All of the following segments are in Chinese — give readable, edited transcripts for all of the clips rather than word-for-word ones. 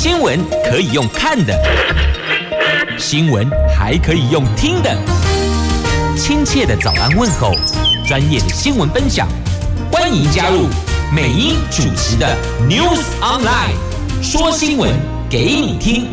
新闻可以用看的，新闻还可以用听的。亲切的早安问候，专业的新闻分享，欢迎加入美英主持的 News Online， 说新闻给你听。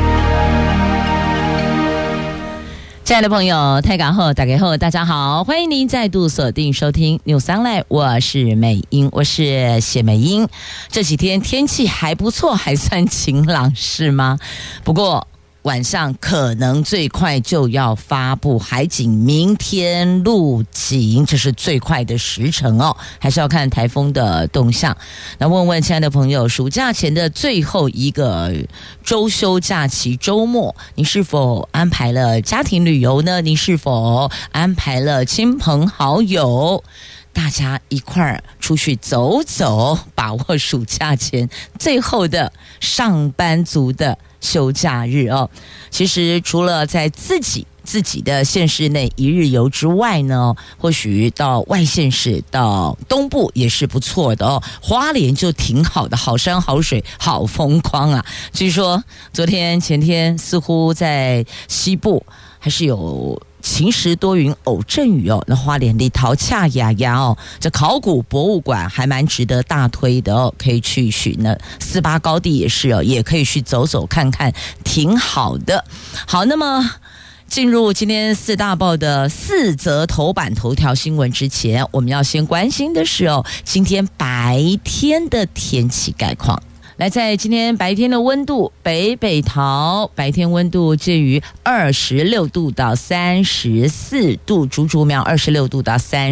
亲爱的朋友，太港后打开后，大家好，欢迎您再度锁定收听 News Online， 我是美英，我是谢美英。这几天天气还不错，还算晴朗，是吗？不过晚上可能最快就要发布海警明天路警，这是最快的时程哦，还是要看台风的动向。那问问亲爱的朋友，暑假前的最后一个周休假期周末，你是否安排了家庭旅游呢？你是否安排了亲朋好友大家一块儿出去走走，把握暑假前最后的上班族的休假日哦？其实除了在自己的县市内一日游之外呢，或许到外县市，到东部也是不错的哦。花莲就挺好的，好山好水好风光啊。据说昨天前天似乎在西部还是有晴时多云偶阵雨哦，那花莲里桃恰雅雅哦，这考古博物馆还蛮值得大推的哦，可以去寻呢。48高地也是哦，也可以去走走看看，挺好的。好，那么进入今天四大报的4则头版头条新闻之前，我们要先关心的是哦，今天白天的天气概况。来，在今天白天的温度，北桃白天温度介于26度到34度，竹苗26度到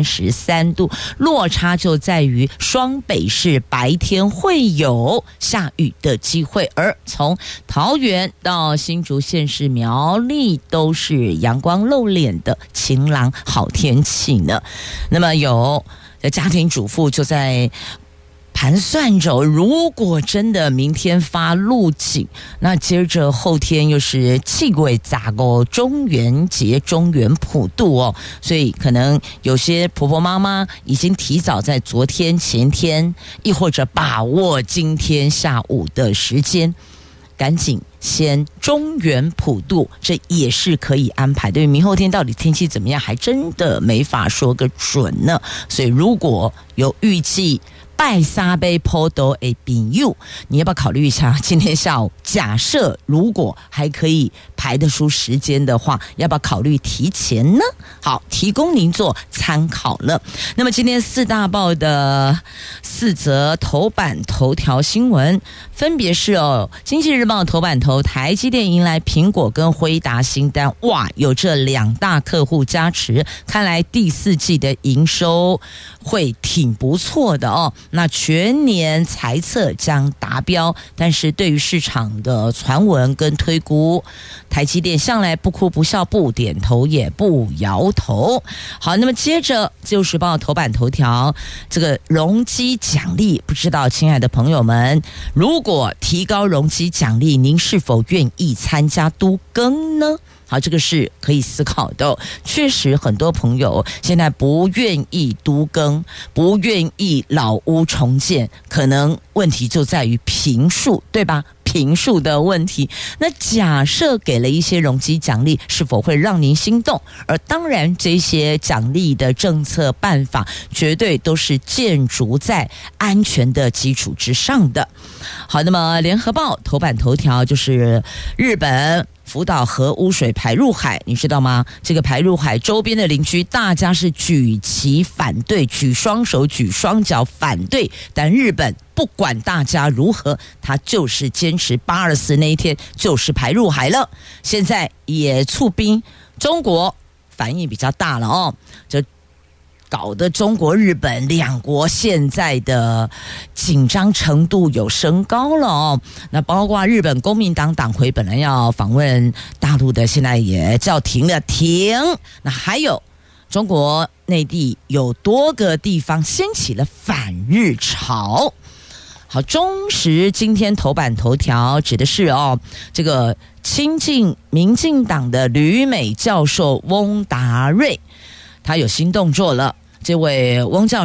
33度，落差就在于双北市白天会有下雨的机会，而从桃园到新竹县市苗栗都是阳光露脸的晴朗好天气呢。那么有的家庭主妇就在盘算着，如果真的明天发路警，那接着后天又是气鬼杂个中元节、中元普渡哦，所以可能有些婆婆妈妈已经提早在昨天、前天，亦或者把握今天下午的时间，赶紧先中元普渡，这也是可以安排的。因为明后天到底天气怎么样，还真的没法说个准呢。所以如果有预计拜三杯坡斗的朋友，你要不要考虑一下？今天下午假设如果还可以排得出时间的话，要不要考虑提前呢？好，提供您做参考了。那么今天四大报的4则头版头条新闻，分别是经济日报头版头，台积电迎来苹果跟辉达新单，哇，有这2大客户加持，看来第4季的营收会挺不错的哦。那全年财测将达标，但是对于市场的传闻跟推估，台积电向来不哭不笑不点头也不摇头。好，那么接着自由时报头版头条，这个容积奖励，不知道亲爱的朋友们，如果提高容积奖励，您是否愿意参加都更呢？好，这个是可以思考的。确实很多朋友现在不愿意都更，不愿意老屋重建，可能问题就在于坪数，对吧？坪数的问题。那假设给了一些容积奖励，是否会让您心动？而当然这些奖励的政策办法绝对都是建筑在安全的基础之上的。好，那么联合报头版头条就是日本福岛核污水排入海，你知道吗？这个排入海周边的邻居大家是举旗反对，举双手举双脚反对，但日本不管大家如何，他就是坚持824那一天就是排入海了。现在也促兵，中国反应比较大了哦，就搞得中国日本两国现在的紧张程度有升高了哦。那包括日本公民党党魁本来要访问大陆的，现在也叫停了。那还有中国内地有多个地方掀起了反日潮。好，中时今天头版头条指的是这个亲近民进党的旅美教授翁达瑞，他有新动作了。这位翁教授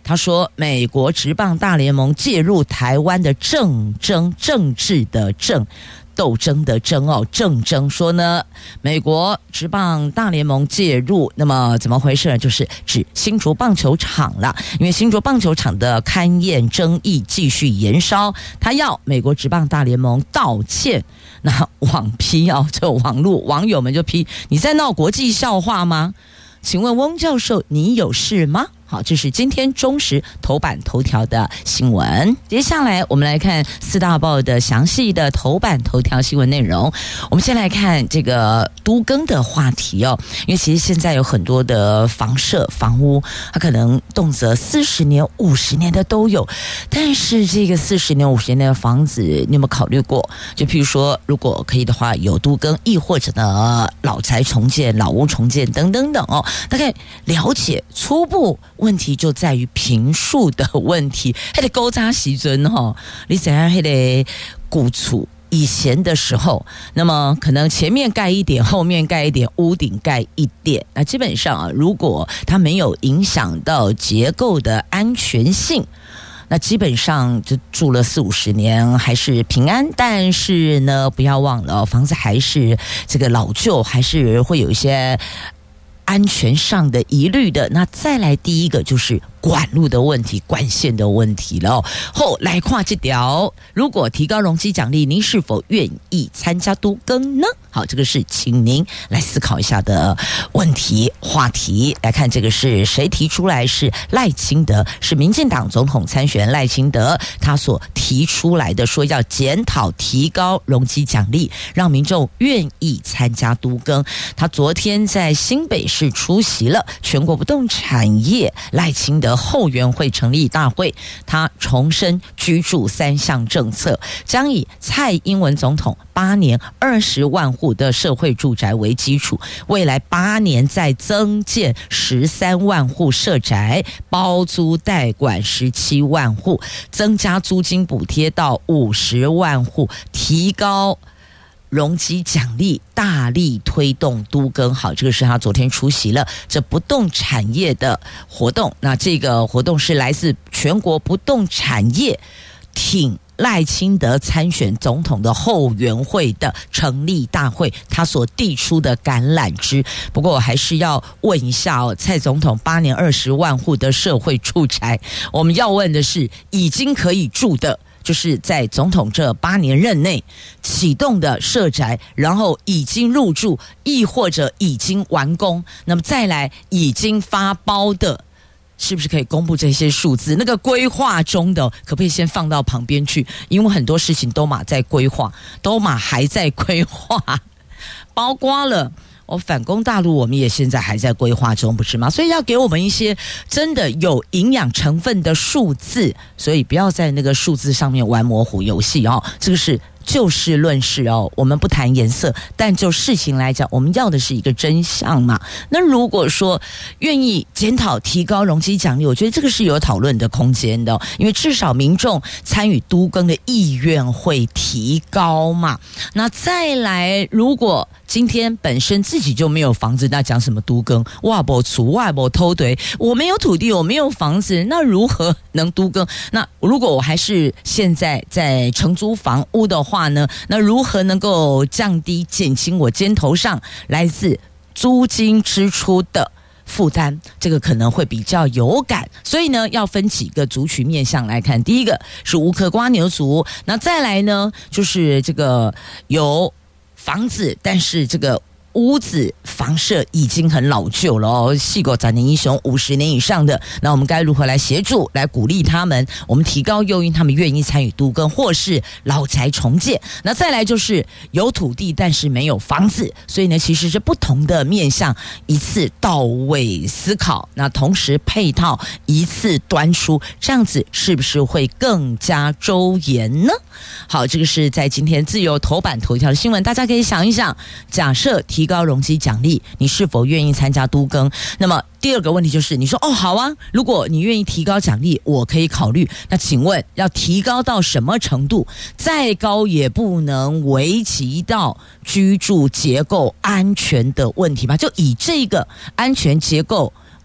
他说美国职棒大联盟介入台湾的政治的斗争的争政争，说呢美国职棒大联盟介入，那么怎么回事呢？就是指新竹棒球场啦，因为新竹棒球场的勘验争议继续延烧，他要美国职棒大联盟道歉。那这网络网友们就批，你在闹国际笑话吗？请问翁教授，你有事吗？好，这是今天中时头版头条的新闻。接下来我们来看四大报的详细的头版头条新闻内容。我们先来看这个都更的话题哦，因为其实现在有很多的房屋，它可能动辄40年、50年的都有。但是这个40年、50年的房子，你有没有考虑过？就譬如说，如果可以的话，有都更，亦或者呢老宅重建、老屋重建等等等哦，大概了解初步。问题就在于坪数的问题，还得勾扎时阵哈，你怎样还得古厝以前的时候，那么可能前面盖一点，后面盖一点，屋顶盖一点，那基本上如果它没有影响到结构的安全性，那基本上就住了40-50年还是平安。但是呢，不要忘了房子还是这个老旧，还是会有一些安全上的疑虑的。那再来第一个就是管路的问题、管线的问题了。后来看这条，如果提高容积奖励，您是否愿意参加都更呢？好，这个是请您来思考一下的问题话题。来看这个是谁提出来？是赖清德，是民进党总统参选赖清德他所提出来的，说要检讨提高容积奖励，让民众愿意参加都更。他昨天在新北市出席了全国不动产业赖清德后援会成立大会，他重申居住3项政策，将以蔡英文总统8年20万户的社会住宅为基础，未来8年再增建13万户社宅，包租代管17万户，增加租金补贴到50万户，提高容积奖励，大力推动都更。好，这个是他昨天出席了这不动产业的活动。那这个活动是来自全国不动产业挺赖清德参选总统的后援会的成立大会，他所递出的橄榄枝。不过我还是要问一下蔡总统8年20万户的社会住宅，我们要问的是已经可以住的，就是在总统这8年任内启动的社宅，然后已经入住，亦或者已经完工，那么再来已经发包的，是不是可以公布这些数字？那个规划中的可不可以先放到旁边去？因为很多事情都在规划，还在规划，包括了反攻大陆，我们也现在还在规划中，不是吗？所以要给我们一些真的有营养成分的数字，所以不要在那个数字上面玩模糊游戏哦。这个是就事论事哦，我们不谈颜色，但就事情来讲，我们要的是一个真相嘛。那如果说愿意检讨提高容积奖励，我觉得这个是有讨论的空间的因为至少民众参与都更的意愿会提高嘛。那再来，如果今天本身自己就没有房子，那讲什么都更？哇不除外不偷对，我没有土地，我没有房子，那如何能都更？那如果我还是现在在承租房屋的话呢，那如何能够降低减轻我肩头上来自租金支出的负担？这个可能会比较有感，所以呢要分几个族群面向来看。第一个是无壳瓜牛族，那再来呢就是这个有房子，但是这个屋子房舍已经很老旧了哦，细狗展年英雄50年以上的，那我们该如何来协助、来鼓励他们？我们提高诱因，他们愿意参与都更或是老宅重建。那再来就是有土地但是没有房子，所以呢，其实是不同的面向一次到位思考，那同时配套一次端出，这样子是不是会更加周延呢？好，这个是在今天自由头版头条的新闻，大家可以想一想，假设提高容积奖励，你是否愿意参加都更？那么第二个问题就是，你说好啊，如果你愿意提高奖励，我可以考虑。那请问要提高到什么程度？再高也不能危及到居住结构安全的问题吧？就以这个安全结构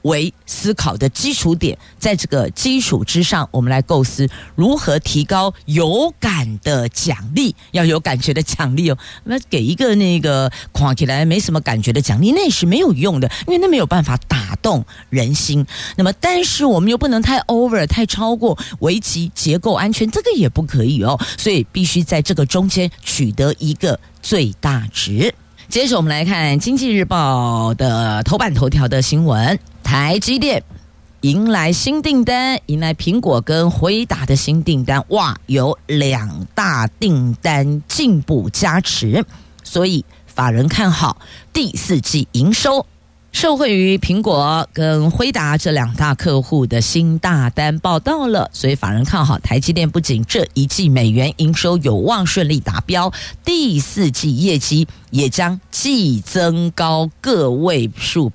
为思考的基础点，在这个基础之上，我们来构思如何提高有感的奖励，要有感觉的奖励哦。那给一个那个看起来没什么感觉的奖励，那也是没有用的，因为那没有办法打动人心。那么，但是我们又不能太 over， 太超过危及结构安全，这个也不可以哦。所以必须在这个中间取得一个最大值。接着我们来看《经济日报》的头版头条的新闻，台积电迎来新订单，迎来苹果跟辉达的新订单，哇，有2大订单进步加持，所以法人看好第4季营收。受惠于苹果跟辉达这2大客户的新大单报到了，所以法人看好台积电不仅这一季美元营收有望顺利达标，第4季业绩也将季增高个位数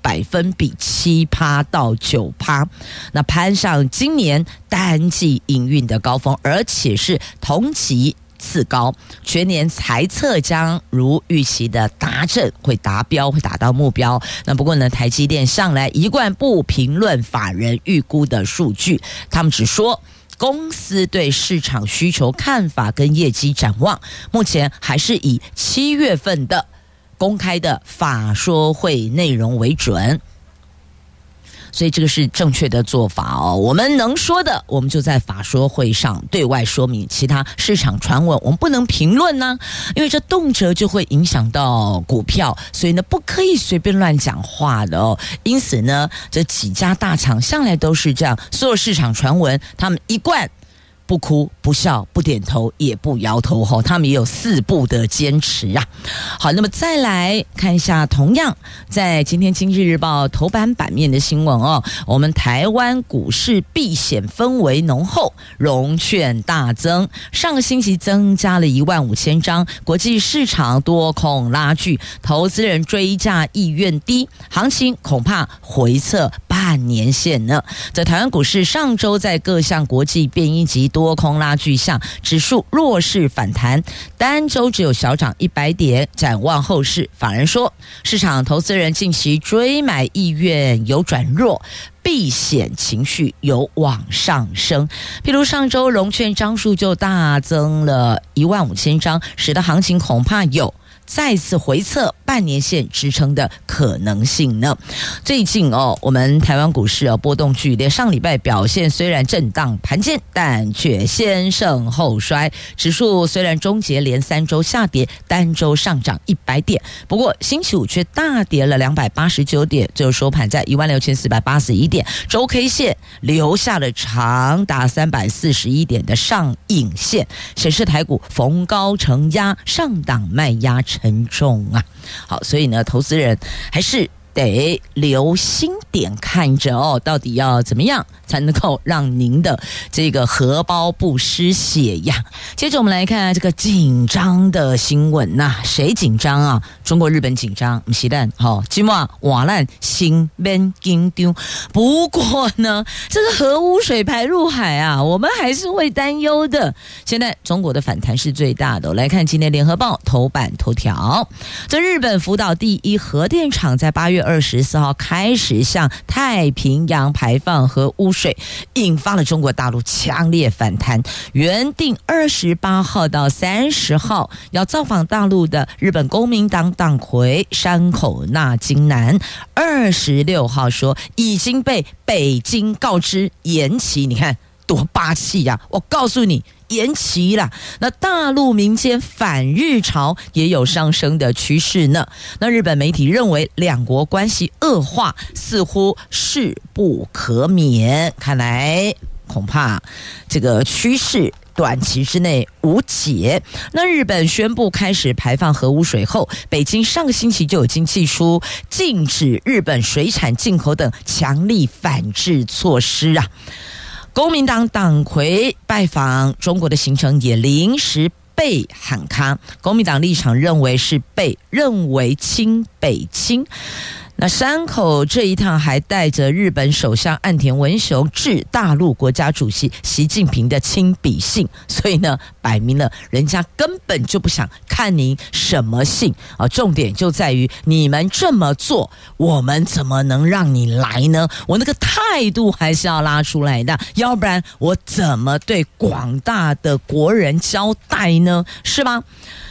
7%到9%，那攀上今年单季营运的高峰，而且是同期次高，全年财测将如预期的达阵，会达标，会达到目标。那不过呢，台积电向来一贯不评论法人预估的数据，他们只说公司对市场需求看法跟业绩展望，目前还是以7月份的公开的法说会内容为准。所以这个是正确的做法哦。我们能说的，我们就在法说会上对外说明，其他市场传闻我们不能评论呢，因为这动辄就会影响到股票，所以呢不可以随便乱讲话的哦。因此呢，这几家大厂向来都是这样，所有市场传闻他们一贯不哭不笑不点头也不摇头吼，他们也有4不的坚持啊。好，那么再来看一下，同样在今天《经济日报》头版版面的新闻哦，我们台湾股市避险氛围浓厚，融券大增，上个星期增加了15000张，国际市场多空拉锯，投资人追价意愿低，行情恐怕回测半年线呢。在台湾股市上周在各项国际变异级多空拉锯下，指数弱势反弹，单周只有小涨100点。展望后市，法人说，市场投资人近期追买意愿有转弱，避险情绪有往上升。譬如上周融券张数就大增了15000张，使得行情恐怕有再次回测半年线支撑的可能性呢。最近我们台湾股市波动剧烈，上礼拜表现虽然震荡盘坚，但却先盛后衰，指数虽然终结连3周下跌，单周上涨100点，不过星期五却大跌了289点，最后收盘在16481点，周 K 线留下了长达341点的上影线，显示台股逢高承压，上档卖压沉重啊。好，所以呢，投资人还是得留心点看着哦，到底要怎么样才能够让您的这个荷包不失血呀？接着我们来看这个紧张的新闻呐，谁紧张啊？中国、日本紧张，不是但今晚瓦烂新边紧张。不过呢，这个核污水排入海啊，我们还是会担忧的。现在中国的反弹是最大的。来看今天联合报头版头条，这日本福岛第1核电厂在8月24号开始向太平洋排放核污水，引发了中国大陆强烈反弹。原定28号到30号要造访大陆的日本公民党党魁山口那京男，26号说已经被北京告知延期。你看多霸气呀！我告诉你，延期啦。那大陆民间反日潮也有上升的趋势呢。那日本媒体认为两国关系恶化似乎势不可免，看来恐怕这个趋势短期之内无解。那日本宣布开始排放核污水后，北京上个星期就已经祭出禁止日本水产进口等强力反制措施啊。公民党党魁拜访中国的行程也临时被喊卡，公民党立场认为是被认为亲北亲。 那山口这一趟还带着日本首相岸田文雄致大陆国家主席习近平的亲笔信，所以呢，摆明了人家根本就不想看您什么信啊，重点就在于你们这么做，我们怎么能让你来呢？我那个态度还是要拉出来的，要不然我怎么对广大的国人交代呢？是吧？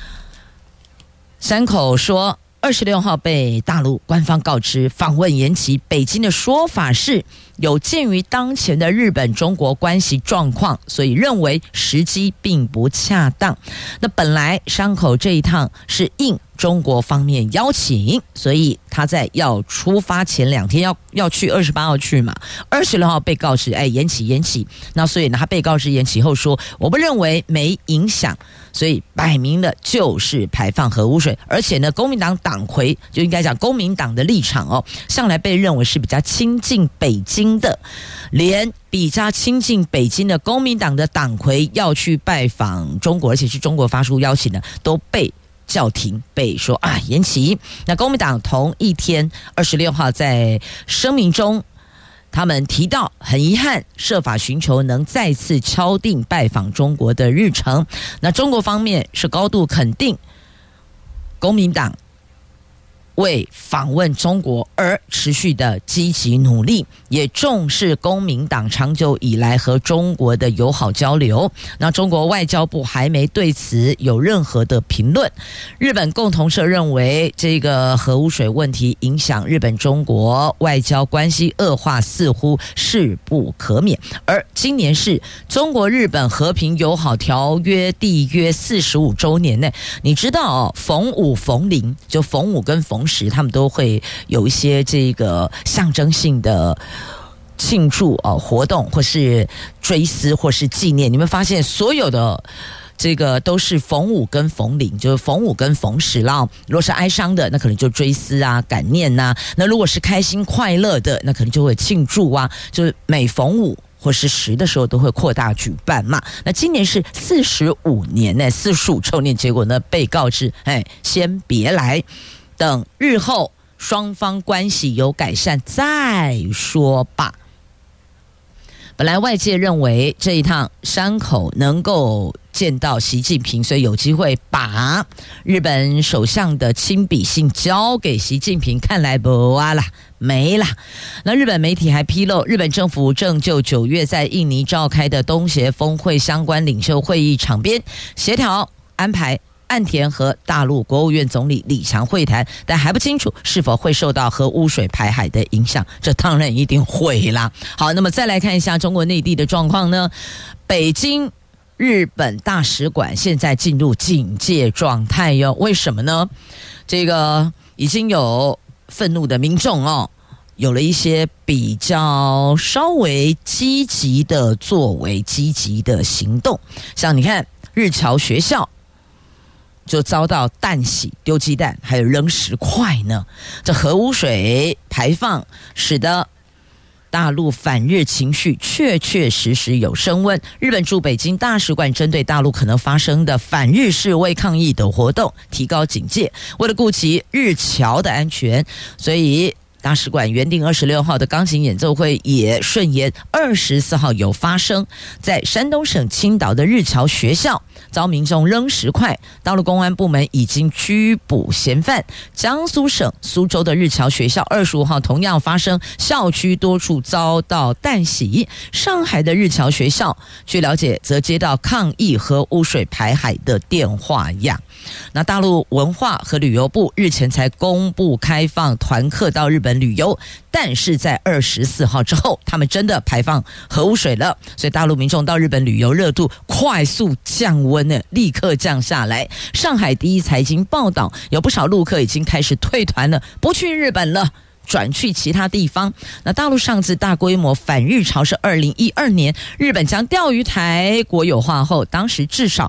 山口说26号被大陆官方告知访问延期，北京的说法是有鉴于当前的日本中国关系状况，所以认为时机并不恰当。那本来山口这一趟是应中国方面邀请，所以他在要出发前2天要去28号去嘛，26号被告知延期，那所以呢他被告知延期后说我不认为没影响，所以摆明了就是排放核污水，而且呢公民党党魁就应该讲公民党的立场向来被认为是比较亲近北京的，连比较亲近北京的公民党的党魁要去拜访中国，而且是中国发出邀请的，都被叫停，被说延期。那公民党同一天26号在声明中，他们提到很遗憾，设法寻求能再次敲定拜访中国的日程。那中国方面是高度肯定公民党为访问中国而持续的积极努力，也重视公民党长久以来和中国的友好交流。那中国外交部还没对此有任何的评论。日本共同社认为这个核污水问题影响日本中国外交关系恶化似乎势不可免，而今年是中国日本和平友好条约缔约45周年内，你知道逢五逢零，就逢五跟逢时他们都会有一些这个象征性的庆祝活动，或是追思，或是纪念。你们发现所有的这个都是逢五跟逢零，就是逢五跟逢时啦。如果是哀伤的，那可能就追思啊、感念啊；那如果是开心快乐的，那可能就会庆祝啊。就是每逢五或是10的时候都会扩大举办嘛。那今年是45年呢，45周年，结果呢被告知先别来，等日后双方关系有改善再说吧。本来外界认为这一趟山口能够见到习近平，所以有机会把日本首相的亲笔信交给习近平，看来不啦，没啦。那日本媒体还披露，日本政府正就9月在印尼召开的东协峰会相关领袖会议场边协调安排岸田和大陆国务院总理李强会谈，但还不清楚是否会受到核污水排海的影响，这当然一定会啦。好，那么再来看一下中国内地的状况呢？北京日本大使馆现在进入警戒状态哟，为什么呢？这个已经有愤怒的民众有了一些比较稍微积极的作为、积极的行动，像你看日侨学校就遭到弹洗、丢鸡蛋还有扔石块呢。这核污水排放使得大陆反日情绪确实有升温。日本驻北京大使馆针对大陆可能发生的反日示威抗议等活动提高警戒，为了顾及日侨的安全，所以大使馆原定26号的钢琴演奏会也顺延24号有发生。在山东省青岛的日侨学校遭民众扔石块，大陆公安部门已经拘捕嫌犯。江苏省苏州的日侨学校25号同样发生校区多处遭到弹洗。上海的日侨学校据了解则接到抗议核污水排海的电话呀。那大陆文化和旅游部日前才公布开放团客到日本旅游，但是在24号之后他们真的排放核污水了，所以大陆民众到日本旅游热度快速降温呢，立刻降下来。上海第一财经报道，有不少陆客已经开始退团了，不去日本了，转去其他地方。那大陆上次大规模反日潮是2012年，日本将钓鱼台国有化后，当时至少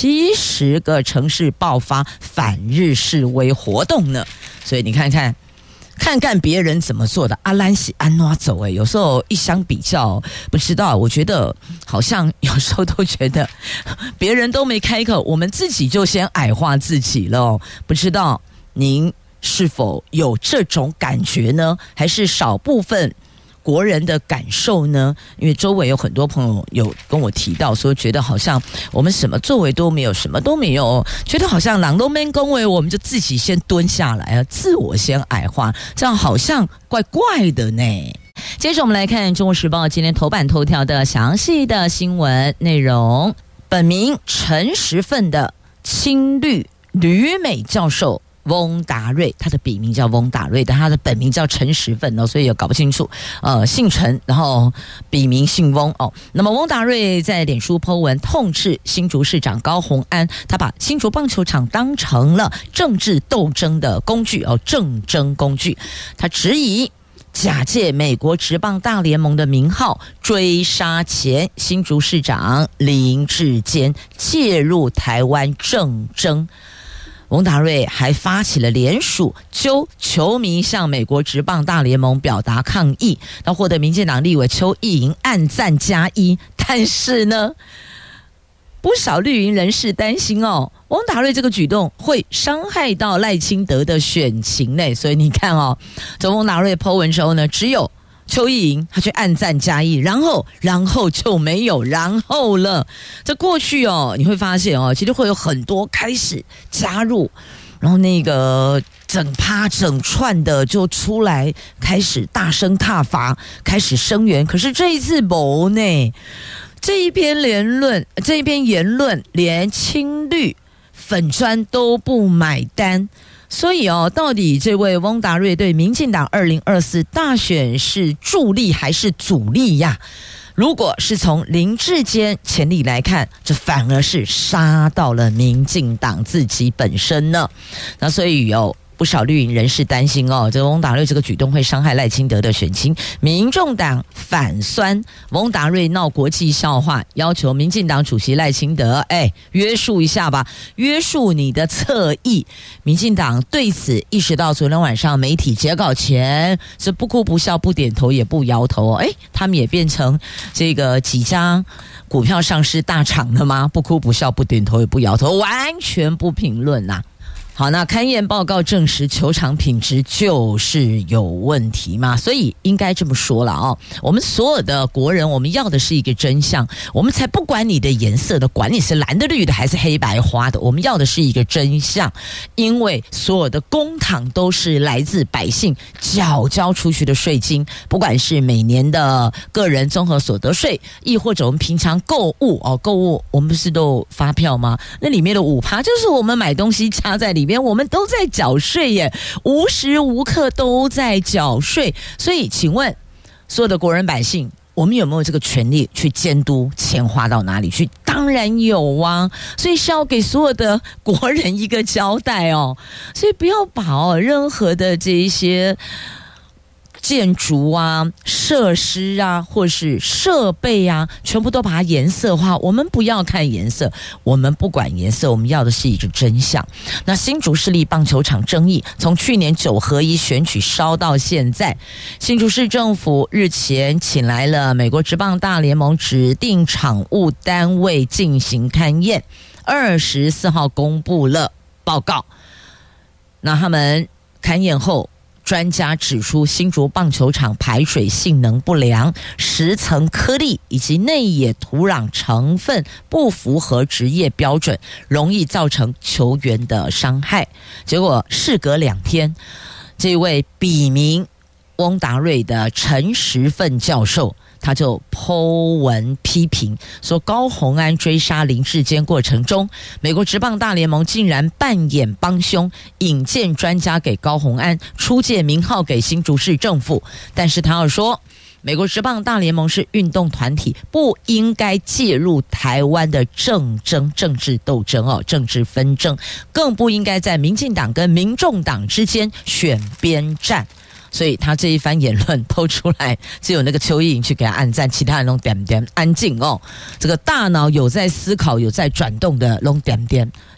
70个城市爆发反日示威活动呢。所以你看看别人怎么做的，阿兰喜安诺走有时候一相比较，不知道，我觉得好像有时候都觉得别人都没开口，我们自己就先矮化自己了。不知道您是否有这种感觉呢？还是少部分国人的感受呢？因为周围有很多朋友有跟我提到说，觉得好像我们什么作为都没有，什么都没有，觉得好像狼都没恭维，我们就自己先蹲下来啊，自我先矮化，这样好像怪怪的呢。接着我们来看《中国时报》今天头版头条的详细的新闻内容。本名陈时奋的青绿旅美教授翁达瑞，他的笔名叫翁达瑞，但他的本名叫陈时奋所以也搞不清楚，姓陈，然后笔名姓翁那么翁达瑞在脸书 po 文痛斥新竹市长高虹安，他把新竹棒球场当成了政治斗争的工具政争工具，他质疑假借美国职棒大联盟的名号追杀前新竹市长林志坚，介入台湾政争。翁达瑞还发起了联署，揪球迷向美国职棒大联盟表达抗议，他获得民进党立委邱意莹按赞+1，但是呢，不少绿营人士担心翁达瑞这个举动会伤害到赖清德的选情呢，所以你看这翁达瑞 po 文之后呢，只有邱意莹他去按赞+1，然后就没有然后了。这过去你会发现其实会有很多开始加入，然后那个整趴整串的就出来开始大声挞伐，开始声援。可是这一次没呢，这一篇言论连青绿粉专都不买单。所以到底这位翁达瑞对民进党2024大选是助力还是阻力呀？如果是从林志坚潜力来看，这反而是杀到了民进党自己本身呢。那所以有不少绿营人士担心这翁达瑞这个举动会伤害赖清德的选情。民众党反酸翁达瑞闹国际笑话，要求民进党主席赖清德约束一下吧，约束你的侧翼。民进党对此意识到昨天晚上媒体截稿前是不哭不笑不点头也不摇头他们也变成这个几家股票上市大厂了吗？不哭不笑不点头也不摇头，完全不评论好，那勘验报告证实球场品质就是有问题嘛，所以应该这么说了我们所有的国人，我们要的是一个真相，我们才不管你的颜色的，管你是蓝的绿的还是黑白花的，我们要的是一个真相，因为所有的公帑都是来自百姓缴交出去的税金，不管是每年的个人综合所得税，亦或者我们平常购物我们不是都有发票吗？那里面的5%就是我们买东西加在里面，我们都在缴税耶，无时无刻都在缴税。所以请问所有的国人百姓，我们有没有这个权利去监督钱花到哪里去？当然有啊，所以是要给所有的国人一个交代所以不要把任何的这一些建筑设施或是设备全部都把它颜色化。我们不要看颜色，我们不管颜色，我们要的是一个真相。那新竹市立棒球场争议从去年9合1选举烧到现在，新竹市政府日前请来了美国职棒大联盟指定场务单位进行勘验，24号公布了报告。那他们勘验后，专家指出，新竹棒球场排水性能不良，10层颗粒以及内野土壤成分不符合职业标准，容易造成球员的伤害。结果事隔2天，这位笔名翁达瑞的陈时奋教授，他就 po 文批评说，高虹安追杀林志坚过程中，美国职棒大联盟竟然扮演帮凶，引荐专家给高虹安，出借名号给新竹市政府。但是他要说，美国职棒大联盟是运动团体，不应该介入台湾的政治斗争政治纷争，更不应该在民进党跟民众党之间选边站。所以他这一番言论抛出来，只有那个邱意莹去给他按赞，其他人都点点安静这个大脑有在思考有在转动的都点点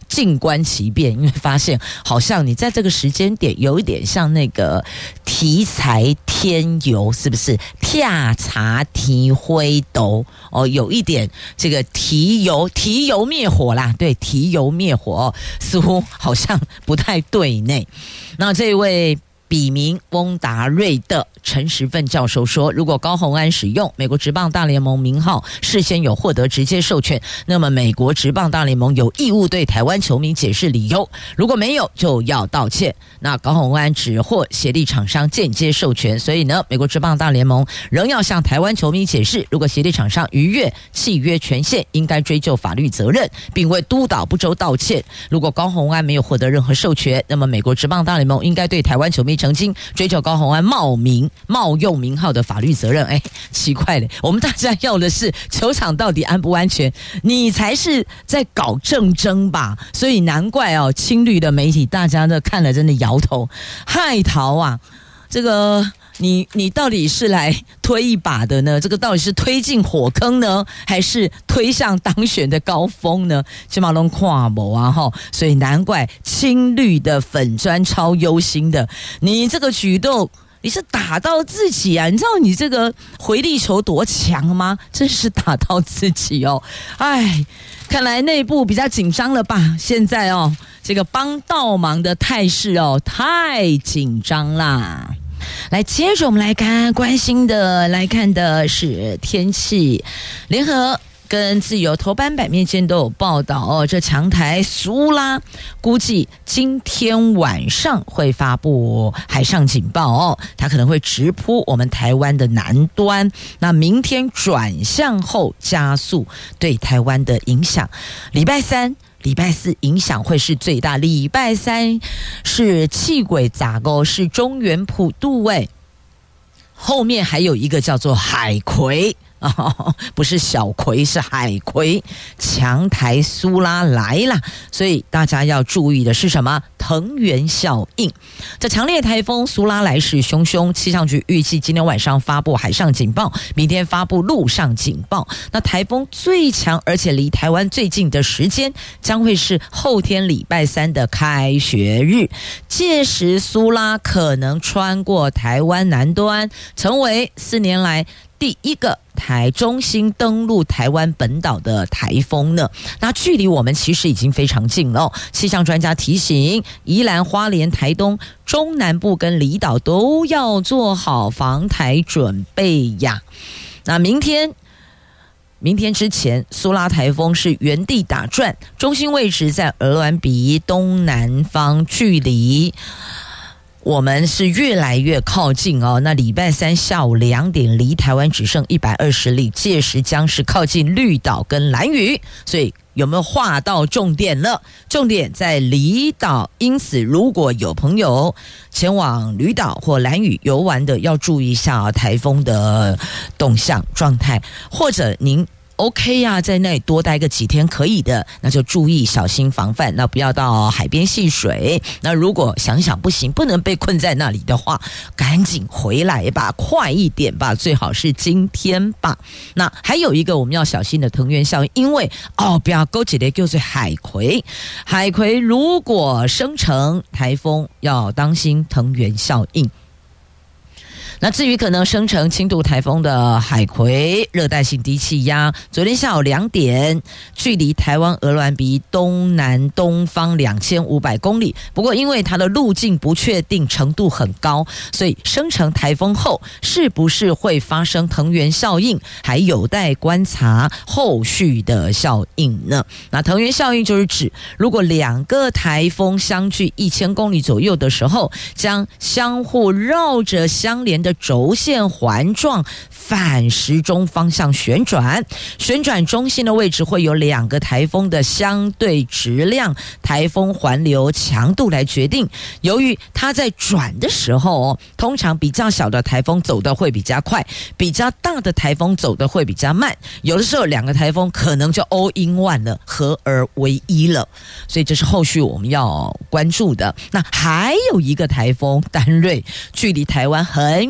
静观其变，因为发现好像你在这个时间点有一点像那个题材天游，是不是？跳茶提灰斗哦，有一点这个提油灭火啦，对，提油灭火似乎好像不太对呢。那这位笔名翁达瑞的陈时奋教授说，如果高虹安使用美国职棒大联盟名号事先有获得直接授权，那么美国职棒大联盟有义务对台湾球迷解释理由，如果没有就要道歉。那高虹安只获协力厂商间接授权，所以呢，美国职棒大联盟仍要向台湾球迷解释，如果协力厂商逾越契约权限，应该追究法律责任，并为督导不周道歉。如果高虹安没有获得任何授权，那么美国职棒大联盟应该对台湾球迷澄清，追究高虹安冒用名号的法律责任。奇怪了，我们大家要的是球场到底安不安全，你才是在搞政争吧？所以难怪青绿的媒体大家都看了真的摇头，害桃啊！这个你到底是来推一把的呢？这个到底是推进火坑呢，还是推向当选的高峰呢？起码都看不啊齁，所以难怪青绿的粉专超忧心的，你这个举动。你是打到自己啊？你知道你这个回力球多强吗？真是打到自己哦！看来内部比较紧张了吧？现在这个帮倒忙的态势太紧张啦。来，接着我们来看来看的是天气，联合跟自由头版版面间都有报道这强台苏拉估计今天晚上会发布海上警报它可能会直扑我们台湾的南端，那明天转向后加速对台湾的影响。礼拜三礼拜四影响会是最大，礼拜三是气轨杂沟，是中原普渡后面还有一个叫做海葵不是小葵，是海葵，强台苏拉来啦，所以大家要注意的是什么？藤原效应。这强烈台风苏拉来势汹汹，气象局预计今天晚上发布海上警报，明天发布陆上警报。那台风最强而且离台湾最近的时间将会是后天礼拜三的开学日，届时苏拉可能穿过台湾南端，成为4年来第一个台中心登陆台湾本岛的台风呢，那距离我们其实已经非常近了气象专家提醒，宜兰、花莲、台东、中南部跟离岛都要做好防台准备呀。那明天之前，苏拉台风是原地打转，中心位置在鹅銮鼻东南方，距离我们是越来越靠近那礼拜三下午2点离台湾只剩120里，届时将是靠近绿岛跟兰屿，所以有没有划到重点了？重点在离岛，因此如果有朋友前往绿岛或兰屿游玩的，要注意一下台风的动向状态，或者您OK 呀，在那里多待个几天可以的，那就注意小心防范，那不要到海边戏水。那如果想不行，不能被困在那里的话，赶紧回来吧，快一点吧，最好是今天吧。那还有一个我们要小心的藤原效应，因为不要勾起来就是海葵如果生成台风，要当心藤原效应。那至于可能生成轻度台风的海葵热带性低气压，昨天下午2点距离台湾鹅銮鼻东南东方2500公里，不过因为它的路径不确定程度很高，所以生成台风后是不是会发生藤原效应还有待观察后续的效应呢。那藤原效应就是指如果2个台风相距1000公里左右的时候，将相互绕着相连的轴线环状反时钟方向旋转中心的位置会有2个台风的相对质量台风环流强度来决定。由于它在转的时候通常比较小的台风走得会比较快，比较大的台风走得会比较慢，有的时候2个台风可能就 all in one 了，合而为一了，所以这是后续我们要关注的。那还有一个台风丹瑞，距离台湾很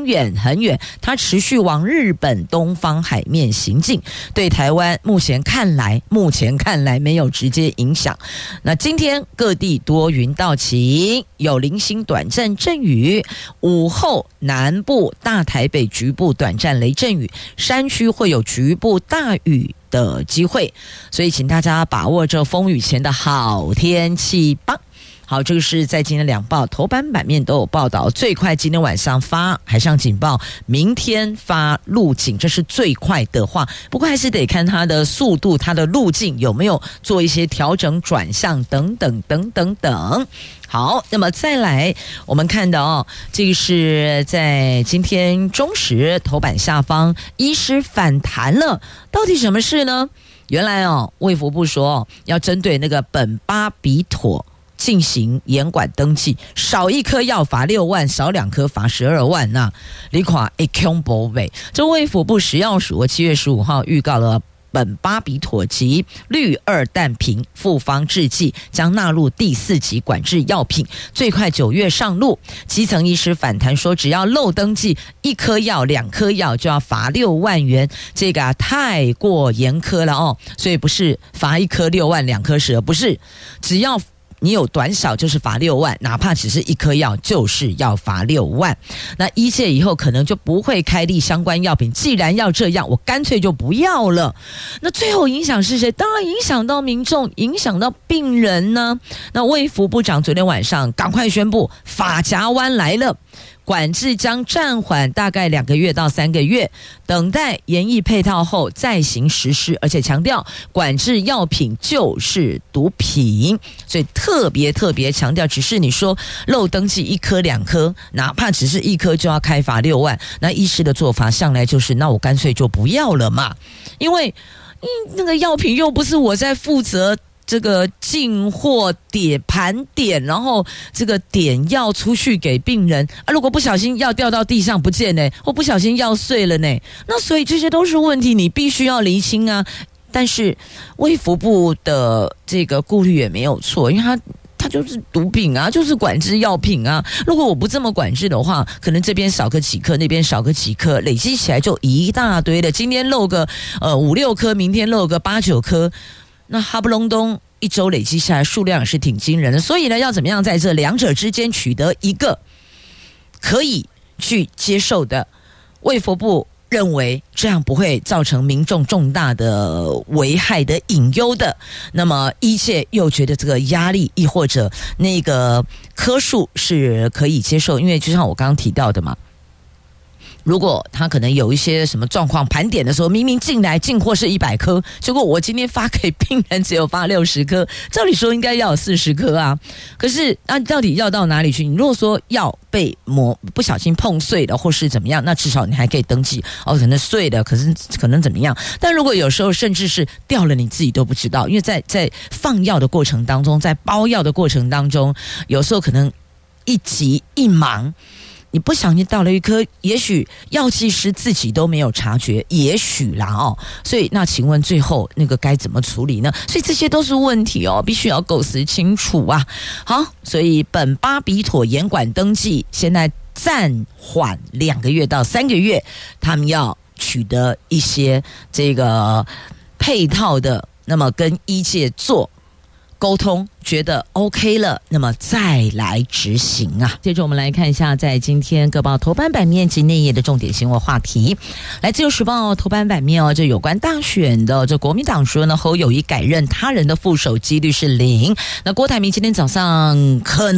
远很远，它持续往日本东方海面行进，对台湾目前看来没有直接影响。那今天各地多云到晴，有零星短暂阵雨，午后南部大台北局部短暂雷阵雨，山区会有局部大雨的机会，所以请大家把握这风雨前的好天气吧。好，这个是在今天两报头版版面都有报道，最快今天晚上发海上警报，明天发陆警，这是最快的话，不过还是得看它的速度，它的路径有没有做一些调整转向等等等等等。好，那么再来我们看到这个是在今天中时头版下方，医师反弹了，到底什么事呢？原来卫福部说要针对那个苯巴比妥进行严管登记，少一颗药罚6万，少2颗罚12万呐。你看恐怖呗！这卫福部食药署7月15号预告了苯巴比妥及氯二氮平复方制剂将纳入第4级管制药品，最快9月上路。基层医师反弹说，只要漏登记1颗药、2颗药就要罚6万元，这个太过严苛了所以不是罚1颗6万，2颗12，不是，只要你有短少就是罚6万，哪怕只是1颗药就是要罚6万。那医界以后可能就不会开立相关药品，既然要这样，我干脆就不要了。那最后影响是谁？当然影响到民众，影响到病人呢。那卫福部长昨天晚上赶快宣布，法夹湾来了，管制将暂缓大概2个月到3个月，等待研议配套后再行实施，而且强调管制药品就是毒品，所以特别强调，只是你说漏登记1颗2颗，哪怕只是1颗就要开罚6万，那医师的做法向来就是那我干脆就不要了嘛，因为那个药品又不是我在负责这个进货盘点，然后这个点药出去给病人如果不小心药掉到地上不见呢，或不小心药碎了呢，那所以这些都是问题，你必须要厘清啊。但是卫福部的这个顾虑也没有错，因为它就是毒品啊，就是管制药品啊。如果我不这么管制的话，可能这边少个几颗，那边少个几颗，累积起来就一大堆的。今天漏个5、6颗，明天漏个8、9颗，那哈不隆咚1周累积下来数量也是挺惊人的。所以呢，要怎么样在这两者之间取得一个可以去接受的，卫福部认为这样不会造成民众重大的危害的隐忧的，那么医界又觉得这个压力亦或者那个颗数是可以接受，因为就像我刚刚提到的嘛，如果他可能有一些什么状况，盘点的时候明明进货是100颗，结果我今天发给病人只有发60颗，照理说应该要有40颗啊。可是到底要到哪里去？你如果说药被不小心碰碎了或是怎么样，那至少你还可以登记可能碎了，可能怎么样。但如果有时候甚至是掉了，你自己都不知道，因为在放药的过程当中，在包药的过程当中，有时候可能一急一忙，你不小心倒了1颗，也许药剂师自己都没有察觉，也许啦所以那请问最后那个该怎么处理呢？所以这些都是问题必须要构思清楚啊。好，所以苯巴比妥严管登记现在暂缓2个月到3个月，他们要取得一些这个配套的，那么跟医界做沟通，觉得 OK 了，那么再来执行啊。接着我们来看一下在今天各报头版版面及内页的重点新闻话题。来自由时报头版版面这有关大选的，这国民党说呢，侯友宜改任他人的副手几率是0。那郭台铭今天早上可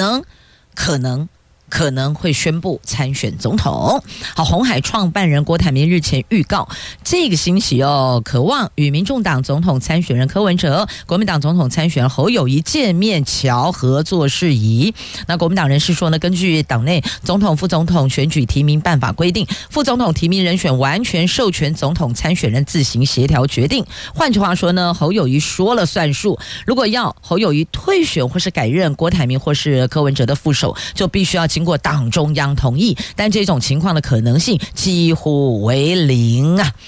能会宣布参选总统。好，鸿海创办人郭台铭日前预告，这个星期渴望与民众党总统参选人柯文哲、国民党总统参选人侯友宜见面瞧合作事宜。那国民党人士说呢，根据党内总统、副总统选举提名办法规定，副总统提名人选完全授权总统参选人自行协调决定。换句话说呢，侯友宜说了算数。如果要侯友宜退选或是改任郭台铭或是柯文哲的副手，就必须要经过党中央同意，但这种情况的可能性几乎为0啊。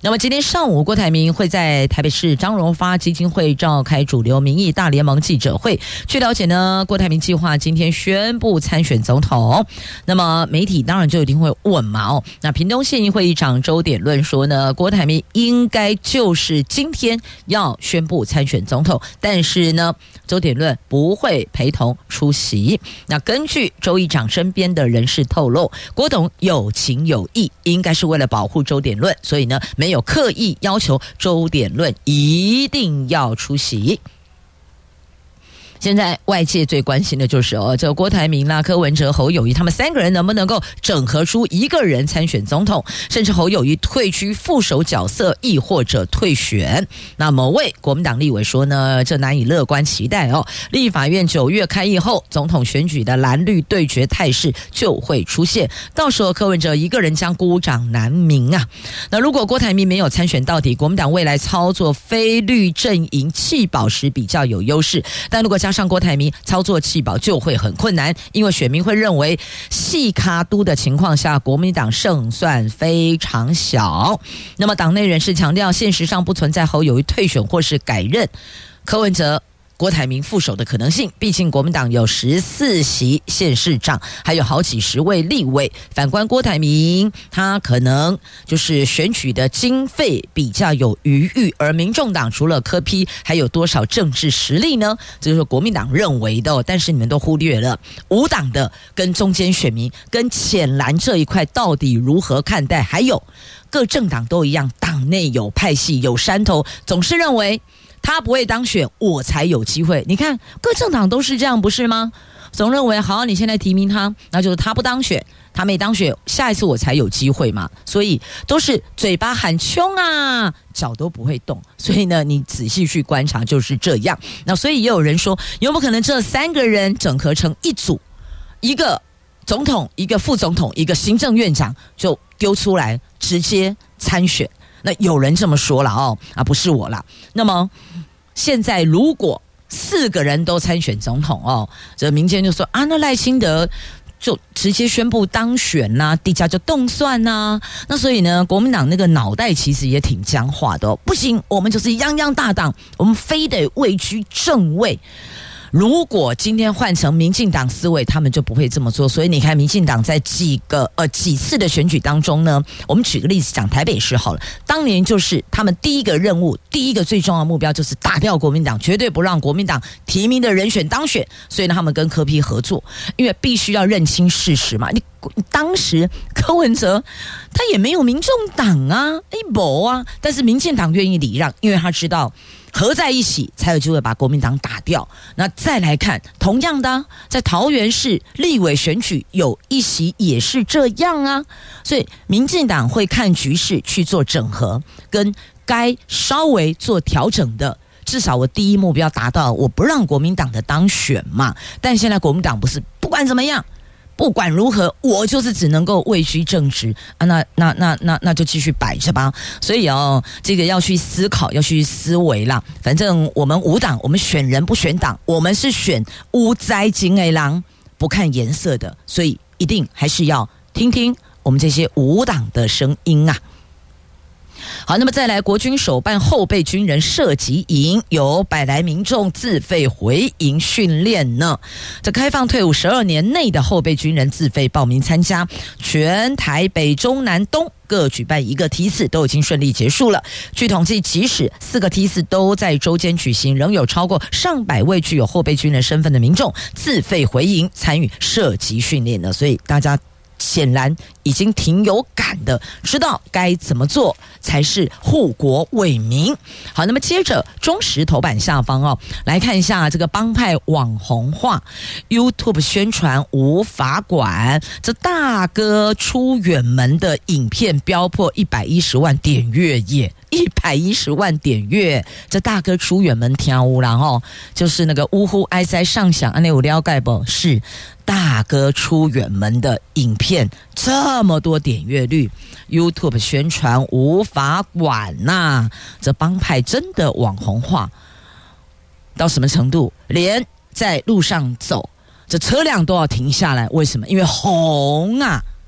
那么今天上午，郭台铭会在台北市张荣发基金会召开主流民意大联盟记者会。据了解呢，郭台铭计划今天宣布参选总统。那么媒体当然就一定会问嘛，那屏东县议会议长周典论说呢，郭台铭应该就是今天要宣布参选总统，但是呢，周典论不会陪同出席。那根据周议长身边的人士透露，郭董有情有义，应该是为了保护周典论，所以呢，没有刻意要求周典论一定要出席。现在外界最关心的就是这个郭台铭啦、柯文哲、侯友宜他们3个人能不能够整合出一个人参选总统，甚至侯友宜退居副手角色，亦或者退选。那某位国民党立委说呢，这难以乐观期待立法院9月开议后，总统选举的蓝绿对决态势就会出现，到时候柯文哲一个人将孤掌难鸣啊。那如果郭台铭没有参选到底，国民党未来操作非绿阵营弃保时比较有优势，但如果加上郭台铭操作弃保就会很困难，因为选民会认为细卡都的情况下，国民党胜算非常小。那么党内人士强调，现实上不存在侯友宜退选或是改任柯文哲郭台铭副手的可能性，毕竟国民党有14席县市长，还有好几十位立委。反观郭台铭，他可能就是选举的经费比较有余裕，而民众党除了柯 P， 还有多少政治实力呢？这就是国民党认为的但是你们都忽略了无党的跟中间选民跟浅蓝这一块到底如何看待，还有各政党都一样，党内有派系有山头，总是认为他不会当选，我才有机会。你看，各政党都是这样，不是吗？总认为好，你现在提名他，那就是他不当选，他没当选，下一次我才有机会嘛。所以都是嘴巴喊冲啊，脚都不会动。所以呢，你仔细去观察就是这样。那所以也有人说，有没有可能这3个人整合成一组，一个总统，一个副总统，一个行政院长，就丢出来直接参选？那有人这么说了不是我啦。那么现在如果4个人都参选总统这民间就说那赖清德就直接宣布当选啦，地价就动算啦。那所以呢，国民党那个脑袋其实也挺僵化的不行，我们就是泱泱大党，我们非得位居正位。如果今天换成民进党思维，他们就不会这么做。所以你看，民进党在几次的选举当中呢，我们举个例子讲台北市好了，当年就是他们第一个任务，第一个最重要的目标就是打掉国民党，绝对不让国民党提名的人选当选。所以呢，他们跟柯 P 合作，因为必须要认清事实嘛。当时柯文哲他也没有民众党没啊，但是民进党愿意礼让，因为他知道合在一起才有机会把国民党打掉。那再来看，同样的在桃园市立委选举有1席也是这样啊。所以民进党会看局势去做整合，跟该稍微做调整的。至少我第一目标达到，我不让国民党的当选嘛。但现在国民党不是，不管怎么样，不管如何，我就是只能够位居正职那就继续摆着吧。所以这个要去思考，要去思维啦。反正我们无党，我们选人不选党，我们是选无灾金的人，不看颜色的，所以一定还是要听听我们这些无党的声音啊。好，那么再来，国军首办后备军人射击营，有100来民众自费回营训练呢。这开放退伍12年内的后备军人自费报名参加，全台北中南东各举办1个梯次，都已经顺利结束了。据统计，即使4个梯次都在周间举行，仍有超过上百位具有后备军人身份的民众自费回营参与射击训练呢。所以大家显然已经挺有感的，知道该怎么做才是护国为民。好，那么接着中时头版下方来看一下这个帮派网红化 YouTube 宣传无法管，这大哥出远门的影片飙破110万点阅耶，110万点阅，这大哥出远门跳舞啦就是那个呜呼哀哉上响，那有了解不？是大哥出远门的影片这么多点阅率， YouTube 宣传无法管这帮派真的网红化到什么程度？连在路上走，这车辆都要停下来，为什么？因为红啊！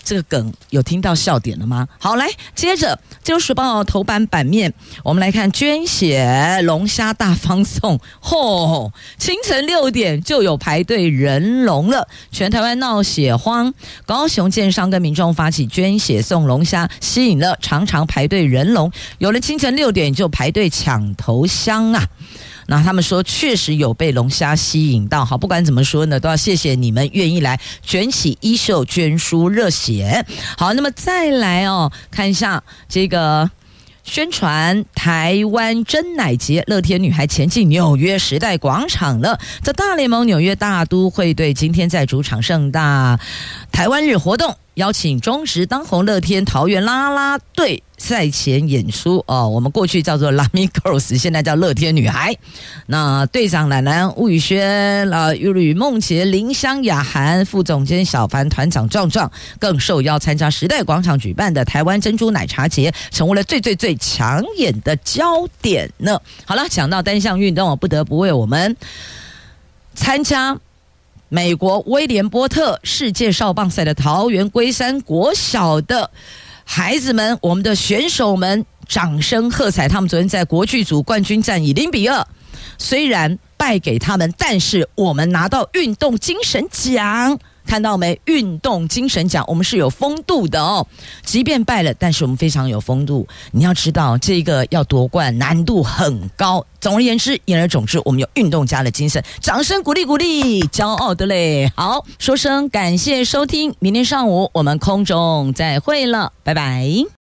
这个梗有听到笑点了吗？好，来接着《自由时报》头版版面，我们来看捐血龙虾大放送，清晨6点就有排队人龙了，全台湾闹血荒，高雄建商跟民众发起捐血送龙虾，吸引了常常排队人龙，有人清晨6点就排队抢头香啊。那他们说确实有被龙虾吸引到，好，不管怎么说呢，都要谢谢你们愿意来卷起衣袖捐书热血。好，那么再来看一下这个宣传台湾珍奶节，乐天女孩前进纽约时代广场了。这大联盟纽约大都会队今天在主场盛大台湾日活动，邀请中职当红乐天桃园啦啦队赛前演出我们过去叫做 Lamy Girls， 现在叫乐天女孩。那队长兰兰、吴宇轩、吕梦洁、林香雅涵、副总监小凡、团长壮壮更受邀参加时代广场举办的台湾珍珠奶茶节，成为了最抢眼的焦点呢。好了，讲到单项运动，不得不为我们参加美国威廉波特世界少棒赛的桃园龟山国小的孩子们，我们的选手们掌声喝彩。他们昨天在国际组冠军战以0-2，虽然败给他们，但是我们拿到运动精神奖。看到没？运动精神奖，我们是有风度的即便败了，但是我们非常有风度。你要知道，这个要夺冠难度很高。总而言之，言而总之，我们有运动家的精神，掌声鼓励鼓励，骄傲的嘞。好，说声感谢收听，明天上午我们空中再会了，拜拜。